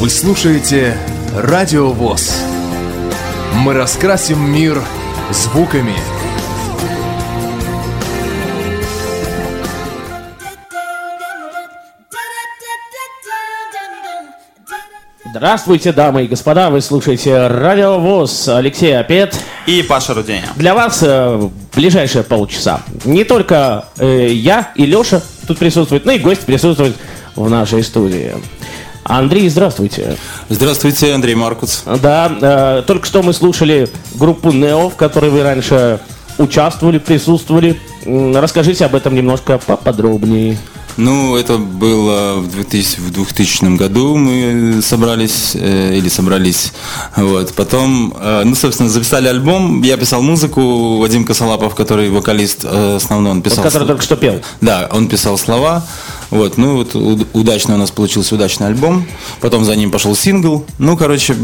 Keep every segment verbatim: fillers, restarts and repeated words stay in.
Вы слушаете Радио ВОС. Мы раскрасим мир звуками. Здравствуйте, дамы и господа, вы слушаете Радио ВОС, Алексей Апет и Паша Руденя. Для вас э, ближайшие полчаса не только э, я и Леша тут присутствуют, но и гость присутствует в нашей студии. Андрей, здравствуйте. Здравствуйте, Андрей Маркуц. Да, э, только что мы слушали группу Нео, в которой вы раньше участвовали, присутствовали. Расскажите об этом немножко поподробнее. Ну, это было в двухтысячном году мы собрались, э, или собрались, вот, потом, э, ну, собственно, записали альбом, я писал музыку, Вадим Косолапов, который вокалист э, основной, он писал... Вот, который только что пел. Да, он писал слова, вот, ну, вот удачно у нас получился удачный альбом, потом за ним пошел сингл, ну, короче...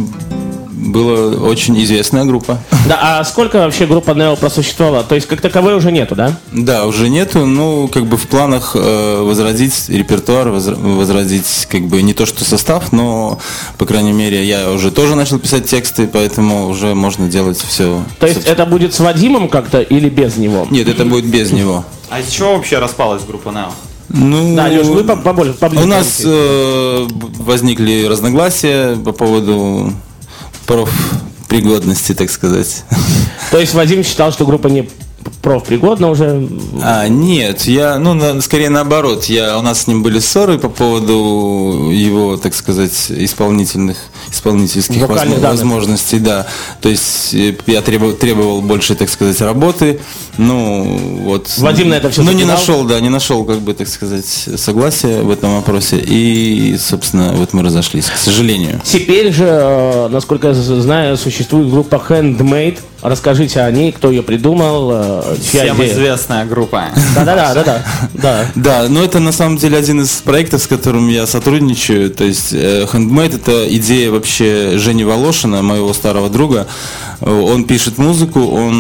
Была очень известная группа. Да, а сколько вообще группа Нео просуществовала? То есть как таковой уже нету, да? Да, уже нету. Ну, как бы в планах э, возродить репертуар, возра- возродить как бы не то что состав, но, по крайней мере, я уже тоже начал писать тексты, поэтому уже можно делать все. То есть это будет с Вадимом как-то или без него? Нет, это будет без него. А из чего вообще распалась группа Нео? Ну, да, Леш, вы побольше, поближе. У нас э, возникли разногласия по поводу профпригодности, так сказать. То есть Вадим считал, что группа не профпригодна уже? А, нет, я, ну, на, скорее наоборот. Я, у нас с ним были ссоры по поводу его, так сказать, исполнительных, исполнительских возможно, возможностей, да. То есть я требовал, требовал больше, так сказать, работы. Ну, вот. Вадим на это все Ну, не нашел, да, не нашел, как бы, так сказать, согласия в этом вопросе. И, собственно, вот мы разошлись, к сожалению. Теперь же, насколько я знаю, существует группа Handmade. Расскажите о ней, кто ее придумал, чья Всем идея? известная группа. Да-да-да, да-да. Да, да, но это на самом деле один из проектов, с которым я сотрудничаю. То есть Handmade — это идея вообще Жени Волошина, моего старого друга. Он пишет музыку,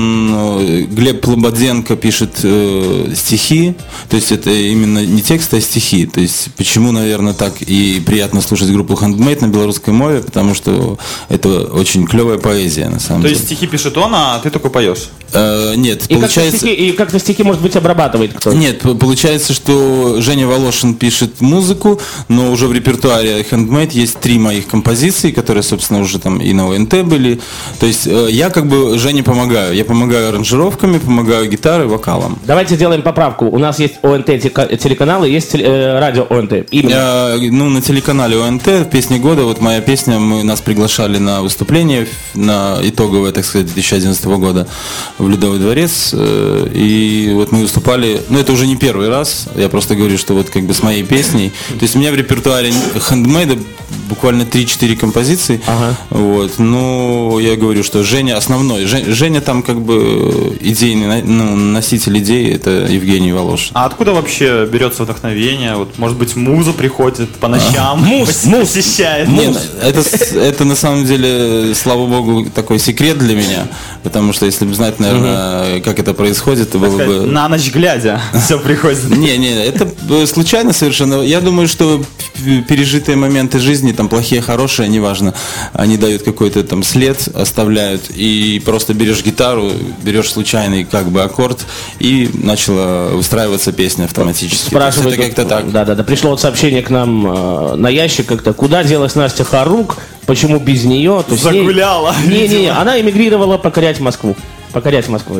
он Глеб Лободенко пишет э, стихи. То есть это именно не тексты, а стихи. То есть почему, наверное, так и приятно слушать группу Handmade на белорусской мове, потому что это очень клевая поэзия, на самом То деле. То есть стихи пишет он, а ты только поешь? Э, нет, и получается... Как-то стихи, и как-то стихи, может быть, обрабатывает кто-то? Нет, получается, что Женя Волошин пишет музыку, но уже в репертуаре Handmade есть три моих композиции, которые, собственно, уже там и на ОНТ были. То есть э, я как бы Жене помогаю. Я помогаю аранжировками, помогаю гитарой, вокалом. Давайте сделаем поправку. У нас есть ОНТ телеканалы, есть э, радио ОНТ. Именно. Э, ну, на телеканале ОНТ «Песни года», вот моя песня, мы, нас приглашали на выступление, на итоговое, так сказать, две тысячи одиннадцатого года в Ледовый дворец. Э, и вот мы выступали, ну, это уже не первый раз, я просто говорю, что вот как бы с моей песней. То есть у меня в репертуаре Handmade буквально три-четыре композиции. Ага. Вот, но я говорю, что Женя основной. Женя там как бы идейный, ну, носитель идеи, это Евгений Волошин. А откуда вообще берется вдохновение? Вот, может быть, муза приходит по ночам, муз, муз посещает? Нет, это, это на самом деле, слава богу, такой секрет для меня, потому что если бы знать, наверное, как это происходит, то было бы... На ночь глядя все приходит. Не, не, это случайно совершенно. Я думаю, что пережитые моменты жизни, там плохие, хорошие, неважно, они дают какой-то там след, оставляют, и просто берешь гитару, берешь случайный как бы аккорд, и начала выстраиваться песня автоматически. Спрашивают, это как-то так. Да, да, да. Пришло вот сообщение к нам э, на ящик как-то. Куда делась Настя Харук? Почему без нее? То есть Загуляла. Не-не, она эмигрировала покорять Москву. Покорять Москву.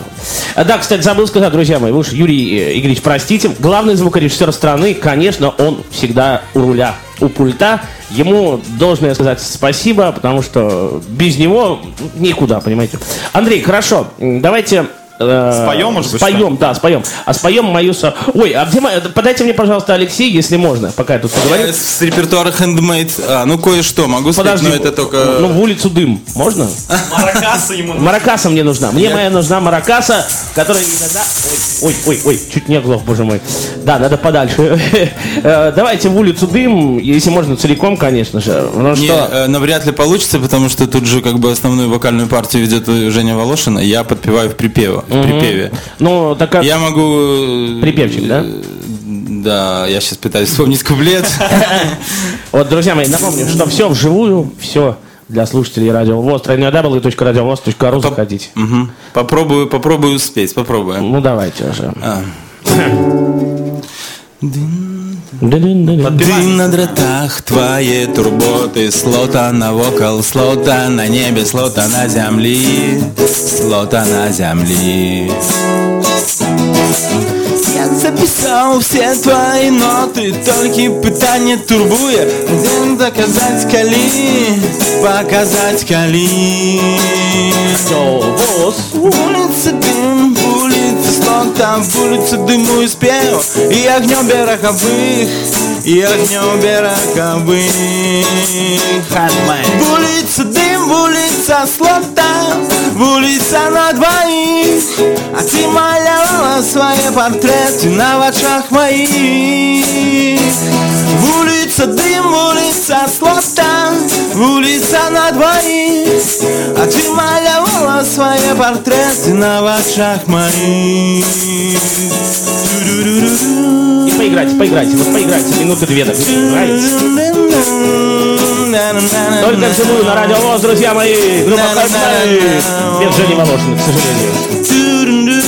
Да, кстати, забыл сказать, друзья мои, вы уж, Юрий Игоревич, простите, главный звукорежиссер страны, конечно, он всегда у руля, у пульта. Ему должен сказать спасибо, потому что без него никуда, понимаете. Андрей, хорошо, давайте... Споем, может быть? Споем, да, споем. А споем мою... Со... Ой, а где моя... Подайте мне, пожалуйста, Алексей, если можно, пока я тут поговорю. С репертуара Handmade. А, ну кое-что могу сказать, но это только... Ну, в улицу дым. Можно? Маракаса ему нужна. Маракаса мне нужна. Мне моя нужна маракаса, которая иногда... Ой, ой, ой, ой, чуть не оглох, боже мой. Да, надо подальше. Давайте в улицу дым, если можно целиком, конечно же. Не, навряд ли получится, потому что тут же как бы основную вокальную партию ведет Женя Волошина, я подпеваю в припеве. В припеве. Ну, так как... Я могу... Припевчик, да? Да, я сейчас пытаюсь вспомнить куплет. Вот, друзья мои, напомню, что все вживую, все для слушателей Радио ВОС. тройной дабл ю точка радиовос точка ру заходите. Угу. Попробую, попробую успеть, попробуем. Ну, давайте уже. А. Дын-дын-дын. Дым на дротах, твои турботы, слота на вокал, слота на небе, слота на землі, слота на землі. Я записал все твои ноты, только питание турбує. Дым доказать кали, показать кали. Улица дым, улица слота, в улице дыму и спел, и огнем береговых, и огнем береговых. В улице дым, в улица слота, в улица на двоих, а ты малявала свои портреты на очах моих. В улице дым, в улица слота, в улица на двоих, а ты малявала свои портреты на очах моих. И поиграйте, поиграйте, вот поиграйте, минуты две, так нравится. Только вживую на Радио ВОС, друзья мои, группа Хэндмейд. Без Жени Волошиной, к сожалению.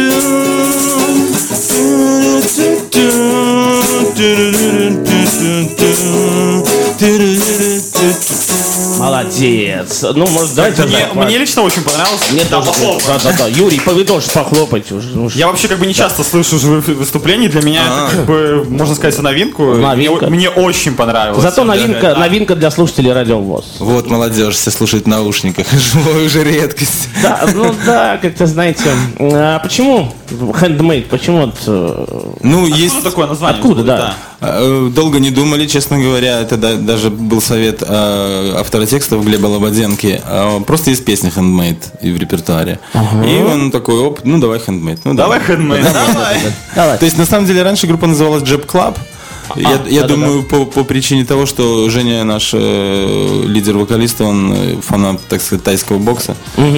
Молодец. Ну, может, давайте. Мне, мне лично очень понравилось. Мне Да, тоже. похлопай. Да, да, да. Юрий, вы тоже похлопайте уже. Ну, Я вообще как бы не часто слышу живых выступлений. Для меня это как бы, можно сказать, новинку. Новинка. Мне, мне очень понравилось. Зато новинка, Да. новинка для слушателей Радио ВОС. Вот молодежь все слушает в наушниках, живой уже редкость. Да, ну да, как-то знаете. А почему Handmade? Почему вот, э, Ну, Откуда есть... такое название? Откуда, да? Э, Долго не думали, честно говоря. Это да- даже был совет э, автора текстов Глеба Лободенки. Э, Просто есть песня Handmade и в репертуаре. И он такой, оп, ну давай Handmade. Ну, Давай, Handmade, давай. Давай. То есть, на самом деле, раньше группа называлась Jab Club. Я, я да-да-да. думаю, по, по причине того, что Женя, наш э, лидер-вокалист, он э, фанат, так сказать, тайского бокса.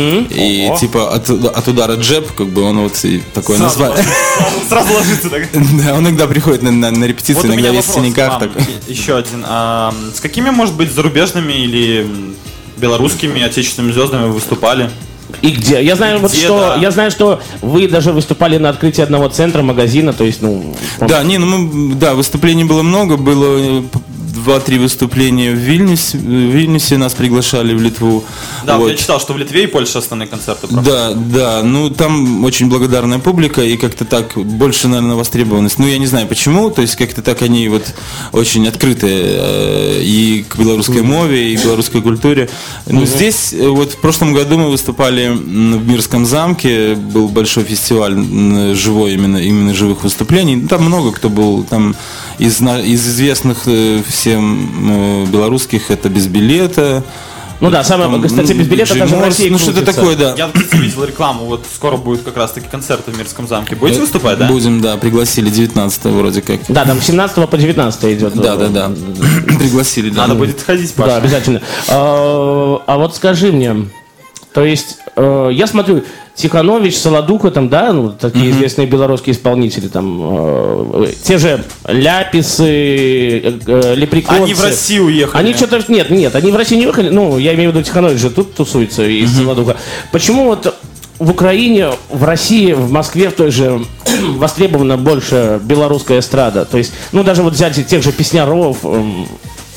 И Ого. типа от, от удара джеб, как бы он вот и такое Сразу, название. сразу, сразу ложится так. Да, он иногда приходит на, на, на репетиции, Вот у иногда меня весь в вопрос к синяках. вам. Так. И- Еще один. А, с какими, может быть, зарубежными или м, белорусскими отечественными звездами вы выступали? И где? Я знаю, вот Где, что, да. я знаю, что вы даже выступали на открытии одного центра, магазина, то есть, ну... Да, не, ну мы, да, выступлений было много, было э, п- два-три выступления в Вильнюсе, в Вильнюсе нас приглашали в Литву. Да, вот Вот. я читал, что в Литве и Польше основные концерты проходят. Да, да, ну там очень благодарная публика и как-то так больше, наверное, востребованность. Ну я не знаю почему, то есть как-то так они вот очень открыты э, и к белорусской мове, и к белорусской культуре. Ну здесь э, вот в прошлом году мы выступали м, в Мирском замке, был большой фестиваль м, живой, именно, именно живых выступлений. Там много кто был, там из, на- из известных э, всем э, белорусских это «Без билета». Ну да, самое, Там, кстати, ну, без билета Джей даже в Морс, России ну что-то крутится. такое, да. Я кстати, видел рекламу, вот скоро будет как раз таки концерты в Мирском замке. Будете выступать, да? Будем, да, пригласили девятнадцатого вроде как. Да, там с семнадцатого по девятнадцатое идет. Да, да, да. Пригласили, да. Надо будет ходить, Паша. Да, обязательно. А, а вот скажи мне, то есть, э, я смотрю, Тиханович, Солодуха, там, да, ну, такие известные белорусские исполнители, там, э, те же Ляписы, э, э, Леприконцы. Они в Россию уехали. Они что-то, нет, нет, они в Россию не уехали, ну, я имею в виду, Тиханович же тут тусуется, и Солодуха. Почему вот в Украине, в России, в Москве в той же востребована больше белорусская эстрада? То есть, ну, даже вот взять тех же песняров, эм,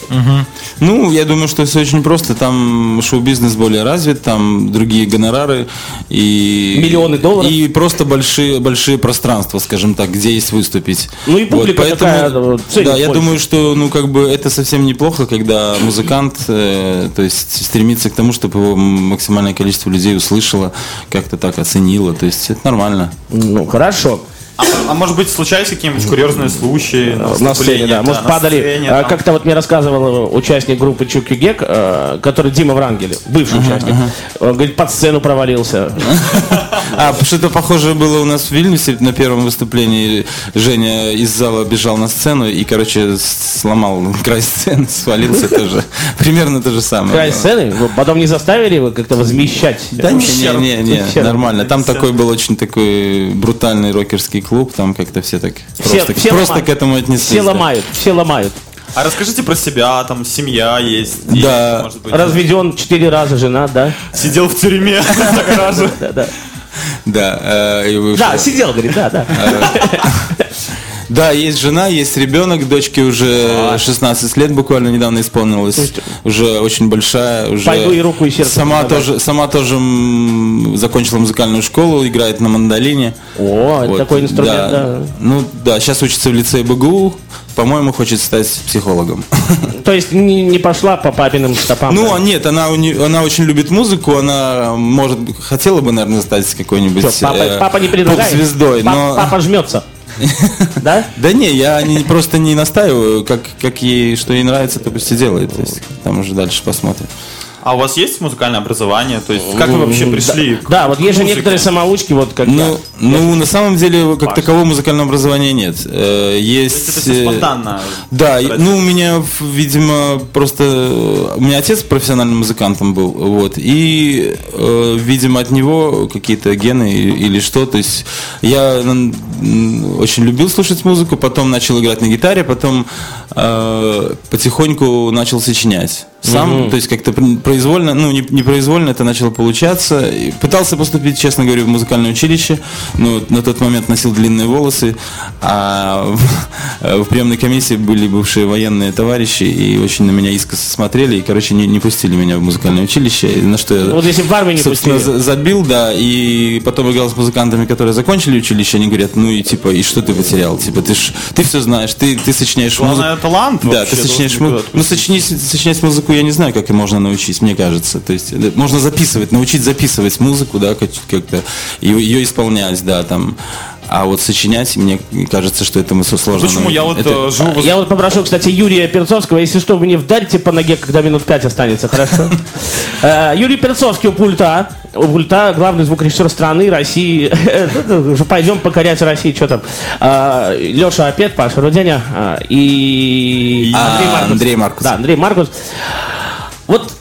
Ну, я думаю, что все очень просто. Там шоу-бизнес более развит, там другие гонорары и Миллионы долларов. И просто большие, большие пространства, скажем так, где есть выступить. Ну и публика такая, вот, ценит да, я больше. думаю, что ну как бы это совсем неплохо, когда музыкант, э, то есть стремится к тому, чтобы его максимальное количество людей услышало, как-то так оценило. То есть это нормально. ну, хорошо. А, а может быть, случались какие-нибудь курьезные случаи на На сцене, выступлении, да. Может, на падали. сцене, а, там? Как-то вот мне рассказывал участник группы Чуки Гек, э, который Дима Врангель, бывший участник. Он говорит, под сцену провалился. А, что-то похожее было у нас в Вильнюсе на первом выступлении. Женя из зала бежал на сцену и, короче, сломал край сцены, свалился тоже. Примерно то же самое. Край было. сцены, вы потом не заставили его как-то возмещать? Да не, не, не, не, Ущерб. нормально. Там такой был очень такой брутальный рокерский клуб, там как-то все так Все, просто, все просто ломают. к этому отнеслись. Все да. ломают, все ломают. А расскажите про себя, там семья есть. Дети, Да. может быть. Разведен четыре раза, женат, да? Сидел в тюрьме за гаражем. Да, да. Да, э, и вышел. Да, сидел, говорит, да, да. Да, есть жена, есть ребенок, дочке уже шестнадцать лет буквально недавно исполнилось, уже очень большая, уже Пойду и руку, и сердце сама помогать. тоже, сама тоже м, закончила музыкальную школу, играет на мандолине. О, это Вот, такой инструмент, да. Ну да, сейчас учится в лицее БГУ, по-моему, хочет стать психологом. То есть не, не пошла по папиным стопам. Ну, да? а нет, она, у не- она очень любит музыку, она, может, хотела бы, наверное, стать какой-нибудь Что, папа, э, папа не предлагает? поп-звездой, Пап- но... Папа жмется. Да? Да не, я не, просто не настаиваю, как, как ей, что ей нравится, то пусть и делает. То есть, там уже дальше посмотрим. А у вас есть музыкальное образование? То есть как вы вообще пришли? к- Да, вот к есть же музыке? некоторые самоучки, вот как я. Ну, ну, на самом деле, как такового музыкального образования нет. Э, То есть Есть... это все э, спонтанно? Да, и- ну у меня, в- видимо, просто э, у меня отец профессиональным музыкантом был, вот, и, э, видимо, от него какие-то гены и- или что, то есть я м, очень любил слушать музыку, потом начал играть на гитаре, потом э, потихоньку начал сочинять сам, то есть как-то пр- произвольно, ну не, непроизвольно это начало получаться. И пытался поступить, честно говоря, в музыкальное училище, но на тот момент носил длинные волосы, а в, в приемной комиссии были бывшие военные товарищи и очень на меня искоса смотрели и, короче, не, не пустили меня в музыкальное училище, и на что я, Вот если в армию не собственно, пустили. за- забил, да, и потом играл с музыкантами, которые закончили училище, они говорят, ну и типа, и что ты потерял, типа, ты ж, ты все знаешь, ты, ты сочиняешь Главное, музыку. талант Да, вообще ты сочиняешь должен музыку. быть Ну, сочинить, сочинять музыку я не знаю, как и можно научить, мне кажется. То есть э, можно записывать, научить записывать музыку, да, как- как-то, и ее исполнять, да, там. А вот сочинять, мне кажется, что это сложно. Почему? Я вот Это- э, живу в Я вот попрошу, кстати, Юрия Перцовского, если что, вы мне вдарите по ноге, когда минут пять останется, хорошо? Э, Юрий Перцовский у пульта. У пульта главный звукорежиссер страны, России. Уже пойдем покорять Россию, что там. Леша Опет, Паша Руденя а, и А, Андрей Маркус. Да, Андрей Маркус. Вот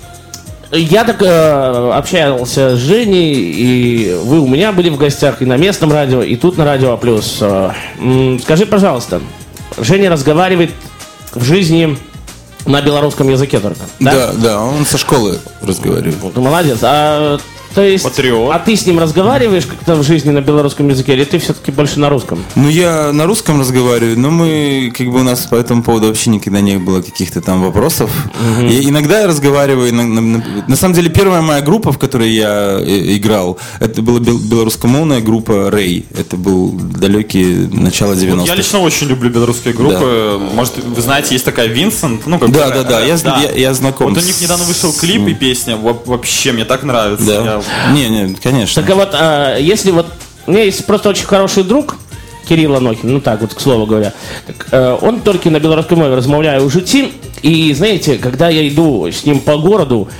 я так э, общался с Женей, и вы у меня были в гостях и на местном радио, и тут на Радио Плюс. Э, м, скажи, пожалуйста, Женя разговаривает в жизни на белорусском языке только, да? Да, да, он со школы разговаривает. Ну, молодец. А, то есть, Патриот. а ты с ним разговариваешь как-то в жизни на белорусском языке, или ты все-таки больше на русском? Ну, я на русском разговариваю, но мы, как бы у нас по этому поводу вообще никогда не было каких-то там вопросов. И иногда я разговариваю, на, на- на- на самом деле первая моя группа, в которой я э, играл, это была бел- белорусскомовная группа «Рэй». Это был далекий начало Вот девяностых. я лично очень люблю белорусские группы. Может, вы знаете, есть такая Винсент. Ну, как Да, бы, да, да, э, я зна- я- я знаком Вот у них с- недавно вышел клип и песня. Во- Вообще, мне так нравится. Да. Я- Не, не, конечно. Так а вот, а, если вот... У меня есть просто очень хороший друг, Кирилл Анохин, ну так вот, к слову говоря. Так, э, он только на белорусском мове размовляю у житті, и знаете, когда я иду с ним по городу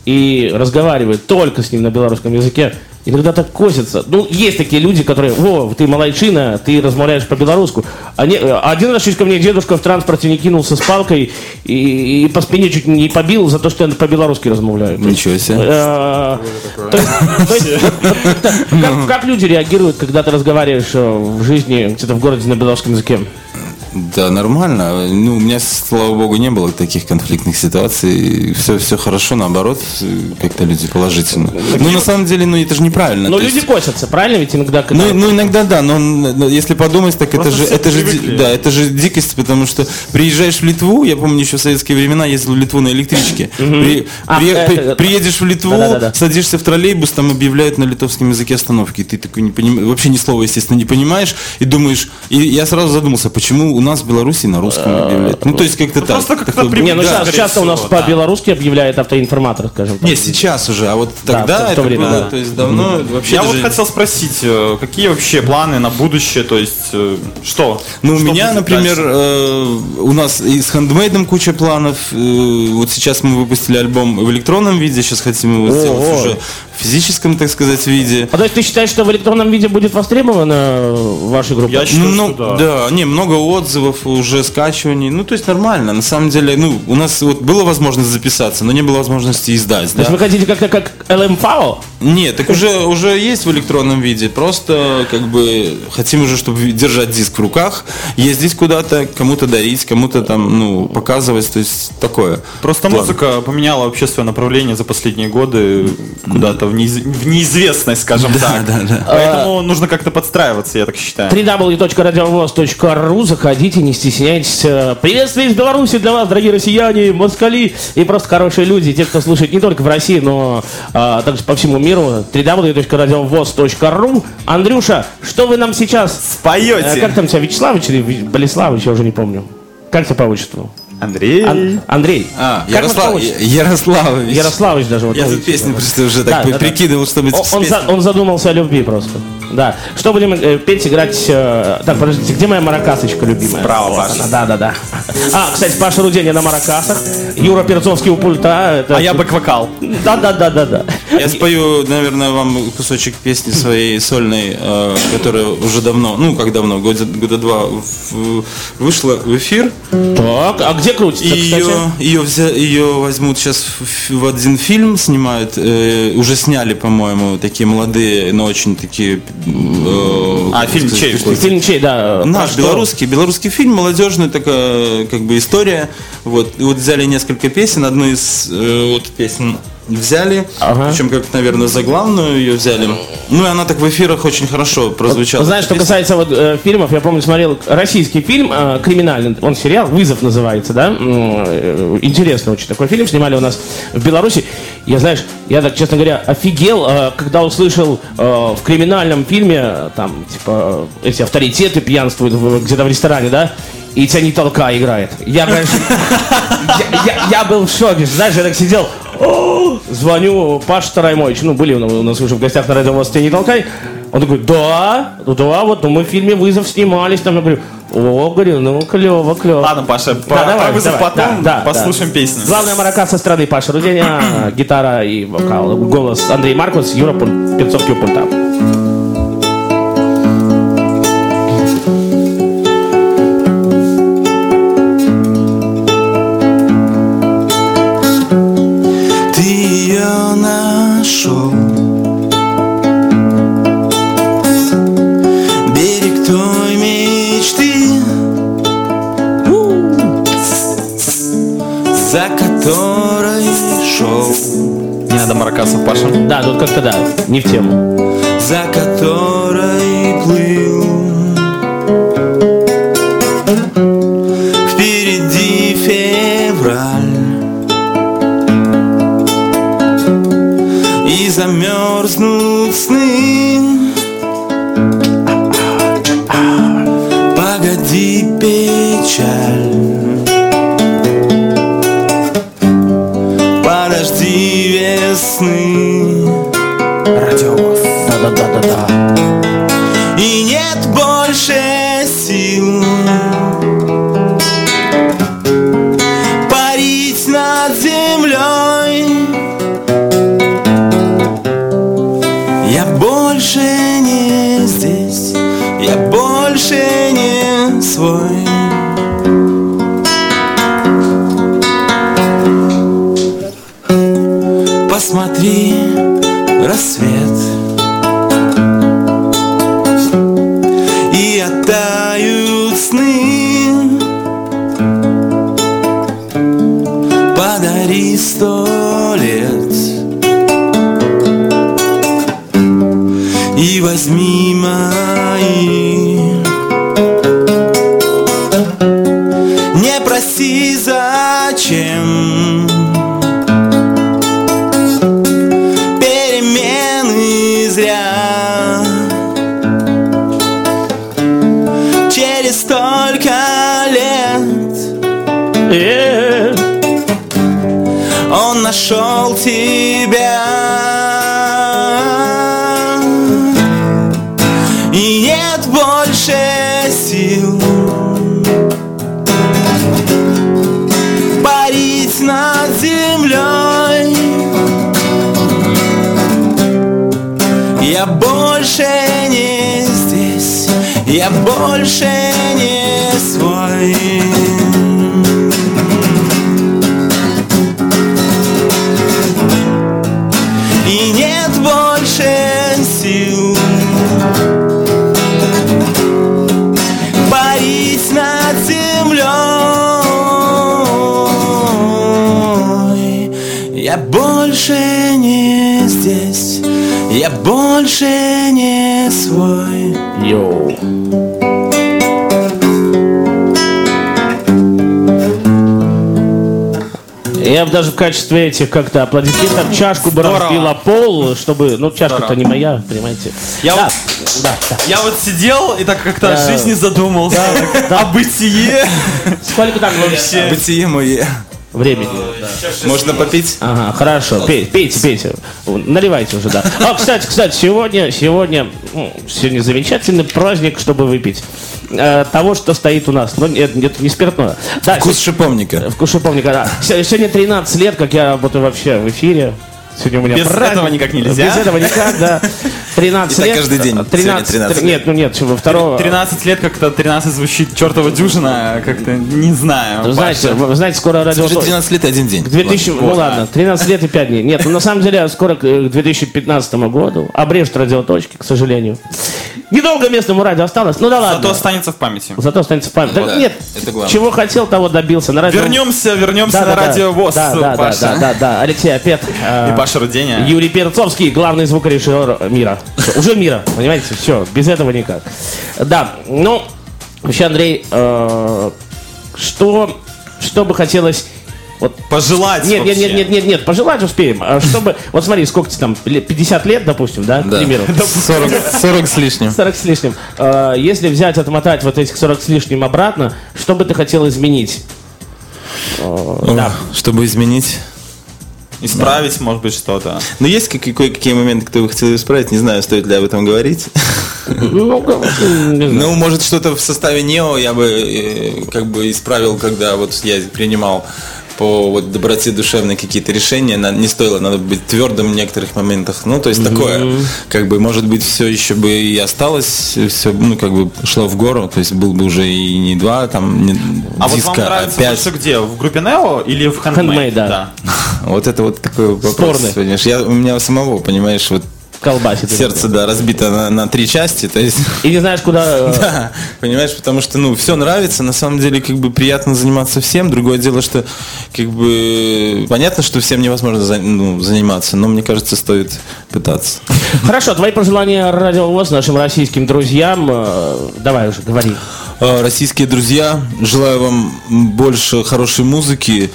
и разговариваю только с ним на белорусском языке, иногда так косится. Ну, есть такие люди, которые, о, ты малайчина, ты размовляешь по-белорусски. А не- один раз чуть ко мне дедушка в транспорте не кинулся с палкой и, и по спине чуть не побил за то, что я по-белорусски размовляю. То есть, Ничего себе. э, то есть, то есть, как, как люди реагируют, когда ты разговариваешь э, в жизни где-то в городе на белорусском языке? Да, нормально. Ну, у меня, слава богу, не было таких конфликтных ситуаций. Все, все хорошо, наоборот, как-то люди положительно. Ну, на самом деле, ну, это же неправильно. Но То люди есть- косятся, правильно? Ведь иногда... когда- Ну, ну, иногда да, но, но если подумать, так это Просто же, все это же, ди- привыкли. да, это же дикость, потому что приезжаешь в Литву, я помню, еще в советские времена ездил в Литву на электричке. При- А, при- э, при- э, приедешь в Литву, да-да-да. садишься в троллейбус, там объявляют на литовском языке остановки, и ты такой не понимаешь, вообще ни слова, естественно, не понимаешь, и думаешь, и я сразу задумался, почему у нас в Беларуси на русском объявляют. Ну, то есть как-то так. просто как-то Такой, привык. Не, ну Да, сейчас, скорее часто у нас всего, да. по-белорусски объявляет автоинформатор, скажем так. Не, сейчас уже, а вот Да, тогда в то это время, было, да. то есть давно вообще Я вот даже- хотел спросить, э, какие вообще планы на будущее, то есть э, что? Ну, у Что меня, будет например, дальше? э, у нас и с хендмейдом куча планов. Э, вот сейчас мы выпустили альбом в электронном виде, сейчас хотим его сделать Ого. уже в физическом, так сказать, виде. А то есть ты считаешь, что в электронном виде будет востребована ваша группа? Я считаю, Ну, что да. да, не, много отзывов, уже скачиваний. Ну, то есть нормально. На самом деле, ну, у нас вот была возможность записаться, но не было возможности издать. То есть Да? вы хотите как-то как эл эм эф эй о? Нет, так уже, уже есть в электронном виде. Просто как бы хотим уже, чтобы держать диск в руках, ездить куда-то, кому-то дарить, кому-то там, ну, показывать, то есть такое. Просто План. музыка поменяла вообще свое направление за последние годы куда-то в, неиз... в неизвестность, скажем так. Да, да. Поэтому нужно как-то подстраиваться, я так считаю. дабл ю дабл ю дабл ю точка радиовоз точка ру. Заходите, не стесняйтесь. Приветствие из Беларуси для вас, дорогие россияне, москали и просто хорошие люди, те, кто слушает не только в России, но а, также по всему миру. дабл ю дабл ю дабл ю точка радиовоз точка ру. Андрюша, что вы нам сейчас Споете? Э, как там тебя, Вячеславович или Болеславович, я уже не помню. Как тебя по отчеству? Андрей. Ан- Андрей. А, Как Ярослав... вот по отчеству? Ярославович. Ярославович даже. Вот Я по тут отчеству. песню просто уже Да, так да, да. прикидывал, чтобы... О, Он, за- он задумался о любви просто. Да. Что будем э, петь, играть... э, Так, подождите, где моя маракасочка любимая? Справа, Вот Паша. она, Да, да, да. А, кстати, Паша Руденя на маракасах. Юра Перцовский у пульта. Это... А я бэк-вокал. Да, да, да, да, да. Я спою, наверное, вам кусочек песни своей сольной, э, которая уже давно, ну как давно, года, года два в- вышла в эфир. Так, а где крутится, И кстати? ее, ее, взя- ее возьмут сейчас в, в один фильм, снимают, э, уже сняли, по-моему, такие молодые, но очень такие... э, А, как фильм сказать, чей? такой- Фильм чей, да. Наш про что? белорусский, белорусский фильм, молодежная такая как бы история. Вот, и вот взяли несколько песен, одну из э, вот песен взяли, Ага. причем как, наверное, заглавную ее взяли. Ну и она так в эфирах очень хорошо прозвучала. Знаешь, что Песня. касается вот э, фильмов, я помню, смотрел российский фильм э, криминальный, он сериал «Вызов» называется, да? М, э, Интересный очень такой фильм, снимали у нас в Беларуси. Я, знаешь, я так, честно говоря, офигел, э, когда услышал э, в криминальном фильме, э, там, типа, эти авторитеты пьянствуют в- где-то в ресторане, да? И тебя не толкай играет. Я, конечно, я, я- я был в шоке, знаешь, я так сидел, «О!» звоню Паше Тараймовичу, ну, были у нас уже в гостях на радио «Вас тебя не толкай». Он такой, да, ну да, вот, ну мы в фильме «Вызов» снимались, там, я говорю, о, говорю, ну, клево, клево. Ладно, Паша, Да, про, давай, про вызов давай, потом, да, да, послушаем да. песню. Главная маракас со страны Паша Руденя, гитара и вокал, голос Андрей Маркус, Юра Пуль- Перцовский у пульта. Ты ее нашел, берег той мечты, за которой шел, Не надо маракасов, Паша. Да, тут как-то да, не в тему. за которой плыл. Впереди февраль, и замерзнут сны. Погоди, печаль, подожди весны. Радиовоз. Да-да-да-да-да. И нет больше сил парить над землей. Я больше не здесь, я больше не свой. Посмотри, рассвет, и оттают сны. Подари сто лет и возьми мои. Не проси, зачем перемены зря. Через столько лет Э, он нашел тебя. И нет больше сил парить над землей. Я больше не здесь, я больше не свой. И нет больше больше сил парить над землей. Я больше не здесь, я больше не свой. Йоу. Я бы даже в качестве этих как-то аплодисментов чашку бы разбила пол, чтобы... Ну, чашка-то не моя, понимаете? Я, да, вот, да, да. я вот сидел и так как-то Да. о жизни задумался. Да, да. О бытие. Сколько там вообще Бытие мое. времени? Можно попить? Ага, хорошо. Пей- Пейте, пейте. Наливайте уже, да. А, кстати, кстати, сегодня, сегодня, ну, сегодня замечательный праздник, чтобы выпить э, того, что стоит у нас. Ну, нет, нет, не спиртное. Да, Вкус се- шиповника. Вкус шиповника, да. Се- Сегодня тринадцать лет, как я работаю вообще в эфире. Сегодня у меня Без праздник. этого никак нельзя. Без этого никак, да. тринадцать И так лет. каждый день. Сегодня тринадцать, тринадцать Нет, ну нет, чего, второго... тринадцать лет как-то тринадцать звучит чертова дюжина, как-то не знаю. Вы знаете, Паша. вы знаете, скоро радио... Скажи, тринадцать лет и один день. две тысячи, ну ладно, тринадцать лет и пять дней. Нет, ну на самом деле скоро к э, две тысячи пятнадцатому году обрежут радиоточки, к сожалению. Недолго местному радио осталось, ну да ладно. Зато останется в памяти. Зато останется в памяти. Вот, Да да, нет, это главное. чего хотел, того добился. На радио... Вернемся, вернемся Да, на да, да. радио ВОЗ, Да, да, Паша. да, да, да. Алексей Опет. э, И Паша Руденя. Юрий Перцовский, главный звукорежиссер мира. Всё, уже мира, понимаете? Все, без этого никак. Да, ну, вообще, Андрей, э, что, что бы хотелось... Вот, Пожелать нет, нет, вообще. нет, нет, нет, нет, пожелать успеем. А чтобы, вот смотри, сколько тебе там, лет, пятьдесят лет, допустим, да, к Да. примеру. сорок, сорок с лишним. сорок с лишним. Э, Если взять, отмотать вот этих сорок с лишним обратно, что бы ты хотел изменить? Э, Да. Чтобы изменить. Исправить, может быть, что-то. Но есть какие- кое-какие моменты, которые вы хотели исправить? Не знаю, стоит ли об этом говорить. Ну, не знаю. Ну, может, что-то в составе НЕО я бы э, как бы исправил, когда вот я принимал по вот доброте душевной какие-то решения. На- Не стоило, надо быть твердым в некоторых моментах. Ну, то есть такое, как бы, может быть, все еще бы и осталось, все, ну, как бы шло в гору. То есть был бы уже и не два, там, не А вот диска, вам нравится а пять. больше где? В группе Нео или в Handmade? Handmade, да. Вот это вот такой вопрос, Спорный. понимаешь. Я, у меня самого, понимаешь, вот Колбасит. сердце, да, разбито на, на три части, то есть... И не знаешь, куда... э, Да, понимаешь, потому что, ну, все нравится, на самом деле, как бы приятно заниматься всем. Другое дело, что, как бы, понятно, что всем невозможно за- ну, заниматься, но мне кажется, стоит пытаться. Хорошо, твои пожелания Радио ВОЗ нашим российским друзьям. э, Давай уже, говори. Э, Российские друзья, желаю вам больше хорошей музыки.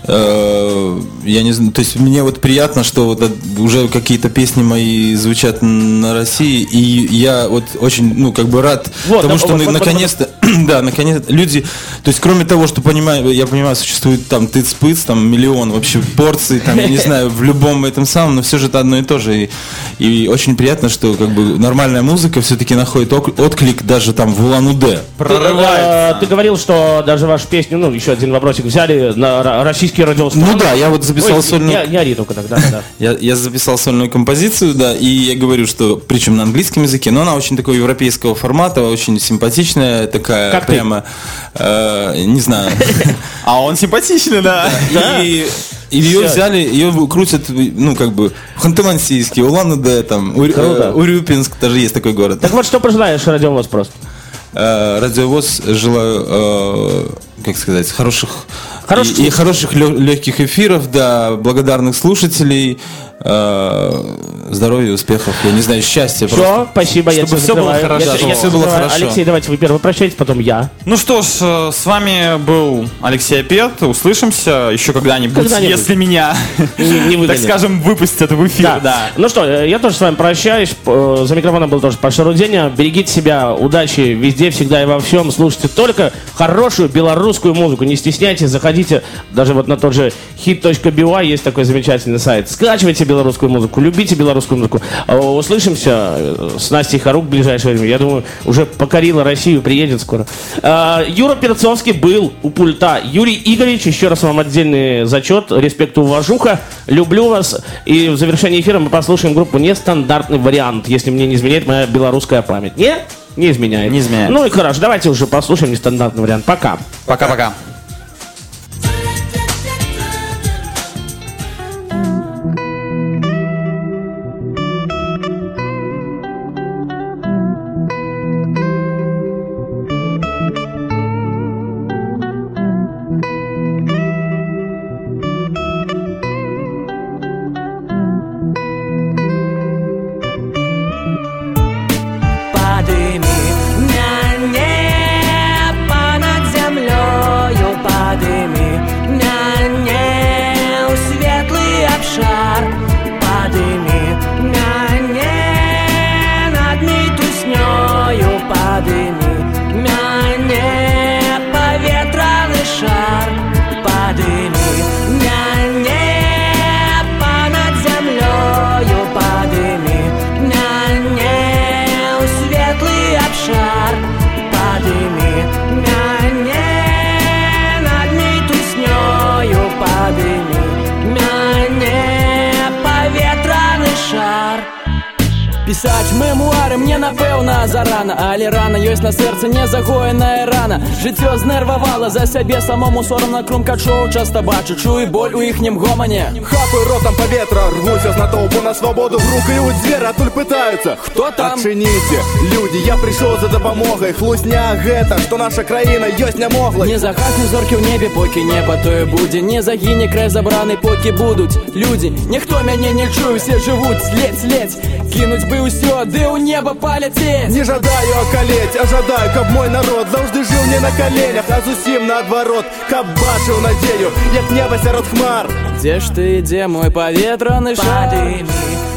Э, Я не знаю, то есть мне вот приятно, что вот от- уже какие-то песни мои звучат на России, и я вот очень, ну, как бы рад Вот, тому, да, что вот, на- вот, вот, наконец-то, да, наконец люди, то есть кроме того, что понимаю, я понимаю, существует там тыц-пыц, там миллион вообще порций, там, я не знаю, в любом этом самом, но все же это одно и то же, и, и очень приятно, что как бы нормальная музыка все-таки находит ок- отклик даже там в Улан-Удэ. Прорывается. Ты, э, ты говорил, что даже вашу песню, ну, еще один вопросик взяли на ра- российские радиостанции. Ну да, я вот записал Ой, сольную... Не, не ори только тогда, да. Я, я записал сольную композицию, да, и я говорю, что, причем на английском языке, но она очень такого европейского формата, очень симпатичная, такая Как ты? прямо, э, не знаю. А он симпатичный, да. И, и ее взяли, ее крутят, ну, как бы, в Ханты-Мансийске, Улан-Удэ, там, Урю- Круто. э, Урюпинск, даже есть такой город. Так вот, что пожелаешь Радио ВОЗ просто? Э, Радиовоз желаю, э, как сказать, хороших Хороших и, и хороших легких эфиров, да, благодарных слушателей, э, здоровья, успехов, я не знаю, счастья. Все, просто. спасибо, я Чтобы тебя всё было закрываю. хорошо. Я- я Чтобы тебя всё было закрываю. хорошо. Алексей, давайте вы первый прощаетесь, потом я. Ну что ж, э, с вами был Алексей Опет. Услышимся еще когда-нибудь, Когда-нибудь. если меня, Не- не выгонят. так скажем, выпустят в эфир. Да. Да. Ну что, э, я тоже с вами прощаюсь. П- За микрофоном был тоже Паша Руденя. Берегите себя, удачи везде, всегда и во всем. Слушайте только хорошую белорусскую музыку. Не стесняйтесь, заходите даже вот на тот же хит точка би уай, есть такой замечательный сайт. Скачивайте белорусскую музыку, любите белорусскую музыку. А, Услышимся э, с Настей Харук в ближайшее время. Я думаю, уже покорила Россию, приедет скоро. А, Юра Перцовский был у пульта. Юрий Игоревич, еще раз вам отдельный зачет. Респект и уважуха. Люблю вас. И в завершении эфира мы послушаем группу «Нестандартный вариант», если мне не изменяет моя белорусская память. Нет? Не изменяет. Не изменяет. Ну и хорошо, давайте уже послушаем «Нестандартный вариант». Пока. Пока-пока. падыми мяне паветраны шар, падыми мяне понад зямлёю, падыми мяне ў светлы абшар, падыми мяне над мітуснёю, падыми мяне паветраны шар. Пісаць мемуары мне напэўна зарана, але рана ёсць на сэрцы незагоеная рана. Жыццё знервавала, за сябе самому сорамна крумкачоў часта бачу, чую боль у іхнім гомане. Хапаю ротом паветра, рвуся з натоўпу на свабоду, грукаюць дзвер, адтуль пытаюцца: хто там? Адчыніце, людзі, я прыйшоў за дапамогай. Хлусня гэта, што наша краіна ёсць няmoглай. Не загасне зоркі ў небе, покі неба тое будзе, не загіне край забраны, покі будуць людзі. Ніхто мяне не чуе, усе жывуць ледзь-ледзь, кінуць бы ўсё, ды ў неба паляцець. Не жадаю акалець, а жадаю, каб мой народ заўжды жыў не на каленях, а зусім наадварот, каб бачыў надзею, як неба сярод хмар. Дзе ж ты, дзе мой паветраны шар?